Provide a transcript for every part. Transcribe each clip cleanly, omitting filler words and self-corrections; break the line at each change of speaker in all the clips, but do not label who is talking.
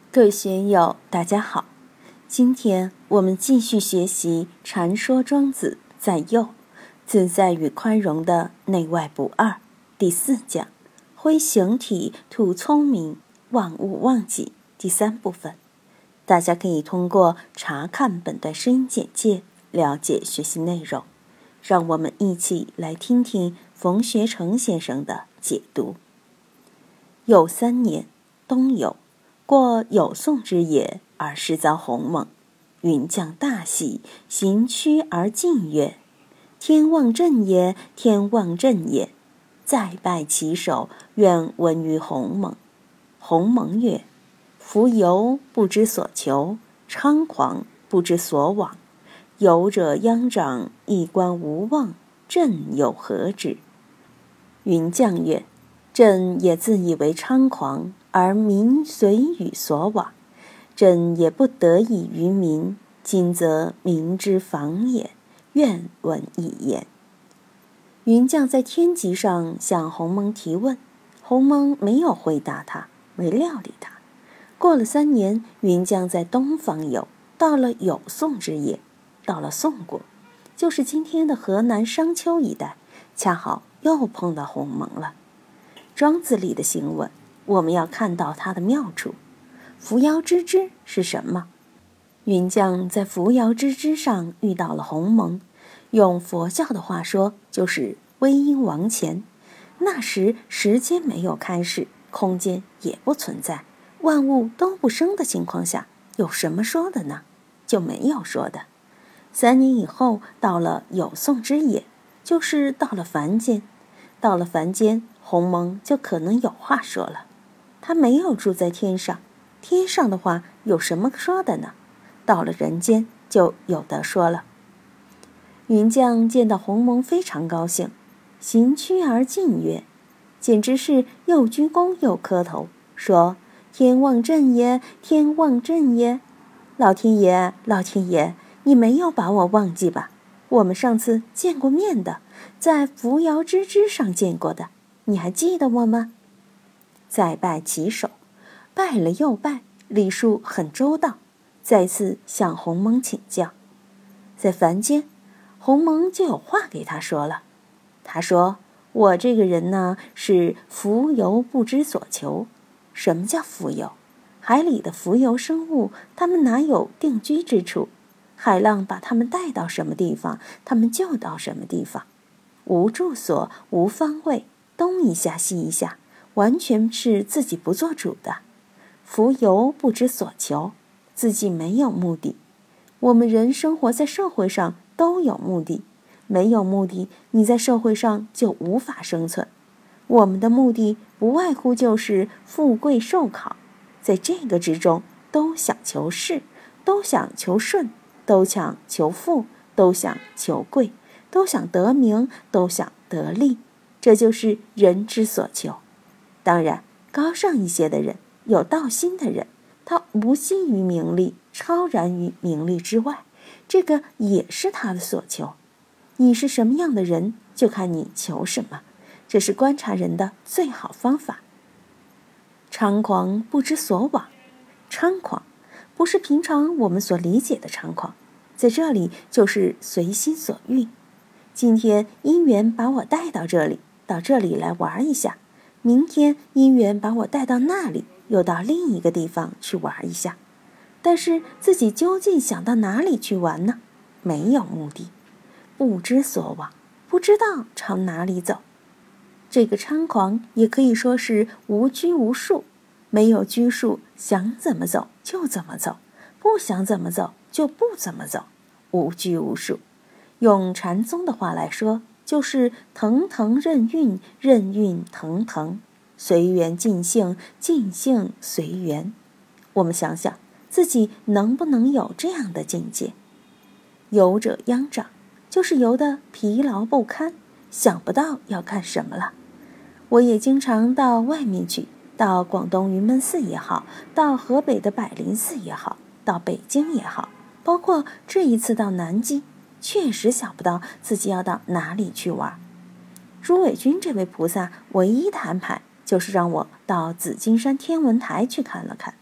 各位学友大家好，今天我们继续学习禅说庄子在右自在与宽容的内外不二第4讲，挥形体吐聪明，忘物忘己第3部分。大家可以通过查看本段声音简介了解学习内容。让我们一起来听听冯学成先生的解读。有3年，冬酉，过有宋之野，而时遭鸿蒙。云降大喜，行趋而进曰：天望震也，天望震也。再拜其手，愿闻于鸿蒙。鸿蒙曰：夫游不知所求，猖狂不知所往。游者殃长，一观无望，朕有何之？云降曰：朕也自以为猖狂，而民随与所往。朕也不得已于民，今则民之防也，愿闻一言。云降在天极上向鸿蒙提问，鸿蒙没有回答他，没料理他。过了3年，云降在东方游，到了有宋之野，到了宋国，就是今天的河南商丘一带，恰好又碰到鸿蒙了。庄子里的行文，我们要看到它的妙处。扶摇直枝是什么？云降在扶摇直枝上遇到了鸿蒙，用佛教的话说，就是威音王前。那时时间没有开始，空间也不存在，万物都不生的情况下，有什么说的呢？就没有说的。3年以后，到了有宋之野，就是到了凡间。到了凡间，鸿蒙就可能有话说了。他没有住在天上，天上的话有什么说的呢？到了人间就有的说了。云降见到鸿蒙非常高兴，行趋而进曰，简直是又鞠躬又磕头，说：天望震也，天望震也。老天爷，老天爷，你没有把我忘记吧？我们上次见过面的，在扶摇直枝上见过的，你还记得我吗？再拜其手，拜了又拜，礼数很周到，再次向鸿蒙请教。在凡间，鸿蒙就有话给他说了。他说：我这个人呢，是浮游不知所求。什么叫浮游？海里的浮游生物，它们哪有定居之处？海浪把它们带到什么地方，它们就到什么地方，无住所，无方位，东一下西一下，完全是自己不做主的。浮游不知所求，自己没有目的。我们人生活在社会上都有目的，没有目的，你在社会上就无法生存。我们的目的不外乎就是富贵寿考，在这个之中都想求事，都想求顺，都想求富，都想求贵，都想得名，都想得利，这就是人之所求。当然，高尚一些的人，有道心的人，他无心于名利，超然于名利之外，这个也是他的所求。你是什么样的人，就看你求什么，这是观察人的最好方法。猖狂不知所往，猖狂不是平常我们所理解的猖狂，在这里就是随心所欲。今天因缘把我带到这里，到这里来玩一下，明天因缘把我带到那里，又到另一个地方去玩一下。但是自己究竟想到哪里去玩呢？没有目的，不知所往，不知道朝哪里走。这个猖狂也可以说是无拘无束，没有拘束，想怎么走就怎么走，不想怎么走就不怎么走，无拘无束。用禅宗的话来说，就是腾腾任运，任运腾腾，随缘尽兴，尽兴随缘。我们想想自己能不能有这样的境界？游者殃长，就是游得疲劳不堪，想不到要干什么了。我也经常到外面去，到广东云门寺也好，到河北的百灵寺也好，到北京也好，包括这一次到南极，确实想不到自己要到哪里去玩。朱伟军这位菩萨唯一的安排就是让我到紫金山天文台去看了看，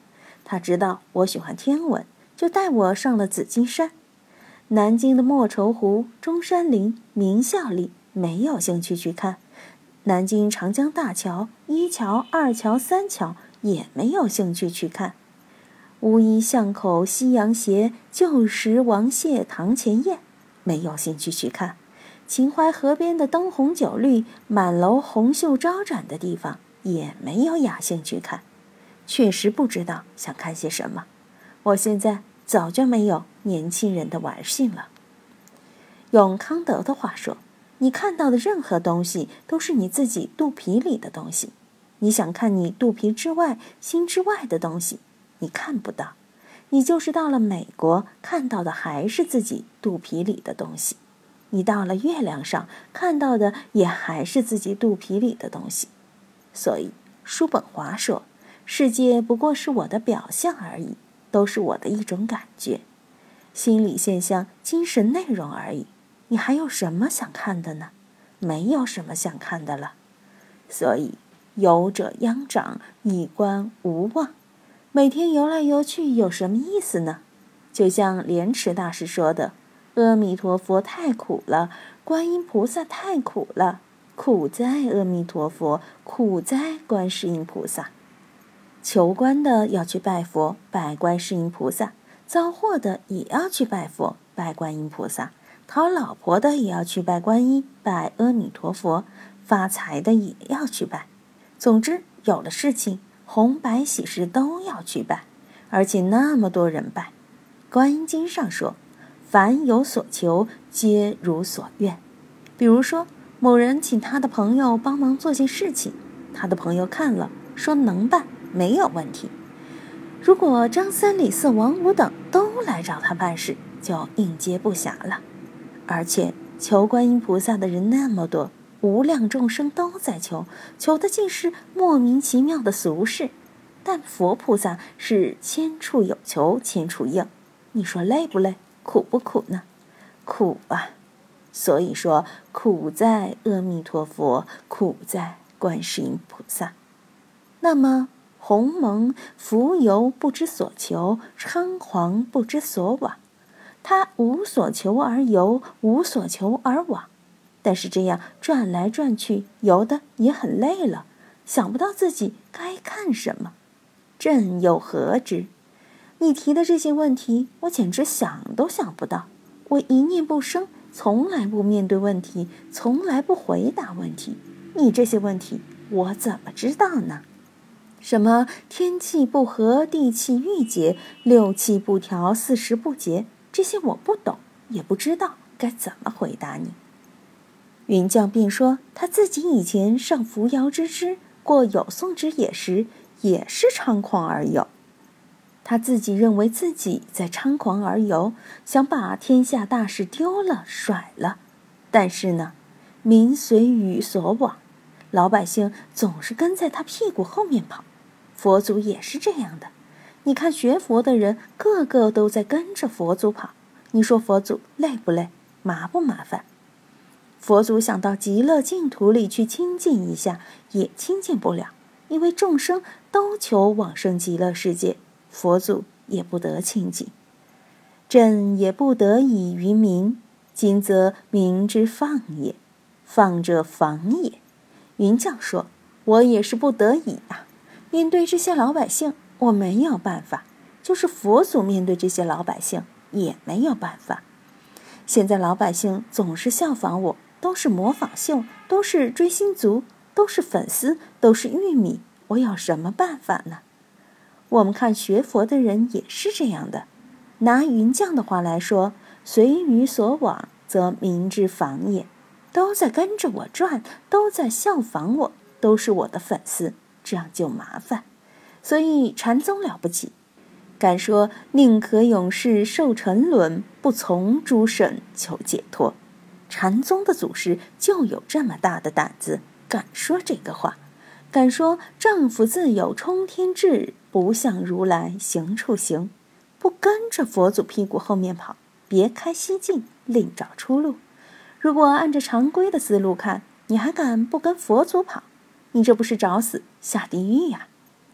他知道我喜欢天文，就带我上了紫金山。南京的莫愁湖、中山陵、明孝陵没有兴趣去看，南京长江大桥、一桥、二桥、三桥也没有兴趣去看。乌衣巷口西洋鞋、旧时王谢堂前燕没有兴趣去看，秦淮河边的灯红酒绿、满楼红袖招展的地方也没有雅兴去看。确实不知道想看些什么。我现在早就没有年轻人的玩性了。用康德的话说，你看到的任何东西都是你自己肚皮里的东西。你想看你肚皮之外、心之外的东西，你看不到。你就是到了美国，看到的还是自己肚皮里的东西。你到了月亮上，看到的也还是自己肚皮里的东西。所以叔本华说，世界不过是我的表象而已，都是我的一种感觉，心理现象、精神内容而已。你还有什么想看的呢？没有什么想看的了。所以游者殃长，以观无望。每天游来游去有什么意思呢？就像莲池大师说的，阿弥陀佛太苦了，观音菩萨太苦了，苦哉阿弥陀佛，苦哉观世音菩萨。求官的要去拜佛，拜观世音菩萨；遭祸的也要去拜佛，拜观音菩萨；讨老婆的也要去拜观音，拜阿弥陀佛；发财的也要去拜。总之，有了事情，红白喜事都要去拜，而且那么多人拜。观音经上说，凡有所求，皆如所愿。比如说，某人请他的朋友帮忙做件事情，他的朋友看了，说能办，没有问题。如果张三李四王五等都来找他办事，就应接不暇了。而且求观音菩萨的人那么多，无量众生都在求，求的尽是莫名其妙的俗事。但佛菩萨是千处有求千处应，你说累不累，苦不苦呢？苦啊！所以说，苦在阿弥陀佛，苦在观世音菩萨。那么鸿蒙蜉蝣不知所求，猖狂不知所往。他无所求而游，无所求而往，但是这样转来转去，游的也很累了，想不到自己该看什么。朕又何之？你提的这些问题，我简直想都想不到。我一念不生，从来不面对问题，从来不回答问题。你这些问题，我怎么知道呢？什么天气不和，地气郁结，六气不调，四时不节，这些我不懂，也不知道该怎么回答你。云将便说，他自己以前上扶摇之枝，过有宋之野时，也是猖狂而游。他自己认为自己在猖狂而游，想把天下大事丢了甩了。但是呢，民随予所往，老百姓总是跟在他屁股后面跑。佛祖也是这样的，你看学佛的人个个都在跟着佛祖跑，你说佛祖累不累，麻不麻烦？佛祖想到极乐净土里去亲近一下，也亲近不了，因为众生都求往生极乐世界，佛祖也不得亲近。朕也不得已于民，今则民之放也，放者防也。云将说，我也是不得已啊，面对这些老百姓，我没有办法，就是佛祖面对这些老百姓也没有办法。现在老百姓总是效仿我，都是模仿秀，都是追星族，都是粉丝，都是玉米，我有什么办法呢？我们看学佛的人也是这样的，拿云将的话来说，随予所往，则民之防也，都在跟着我转，都在效仿我，都是我的粉丝，这样就麻烦。所以禅宗了不起，敢说宁可永世受沉沦，不从诸圣求解脱。禅宗的祖师就有这么大的胆子，敢说这个话，敢说丈夫自有冲天志，不向如来行处行，不跟着佛祖屁股后面跑，别开西径，另找出路。如果按照常规的思路看，你还敢不跟佛祖跑？你这不是找死下地狱呀！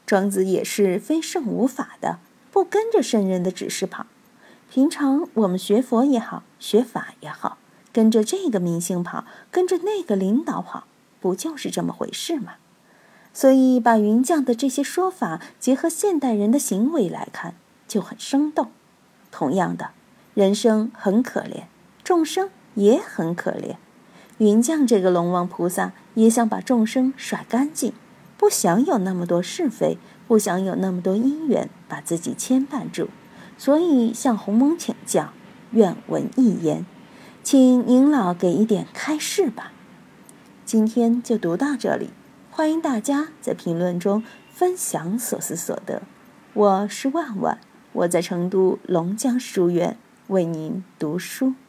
庄子也是非圣无法的，不跟着圣人的指示跑。平常我们学佛也好，学法也好，跟着这个明星跑，跟着那个领导跑，不就是这么回事吗？所以把云匠的这些说法结合现代人的行为来看，就很生动。同样的，人生很可怜，众生也很可怜。云匠这个龙王菩萨也想把众生甩干净，不想有那么多是非，不想有那么多因缘把自己牵绊住，所以向鸿蒙请教，愿闻一言，请您老给一点开示吧。今天就读到这里，欢迎大家在评论中分享所思所得。我是万万，我在成都龙江书院为您读书。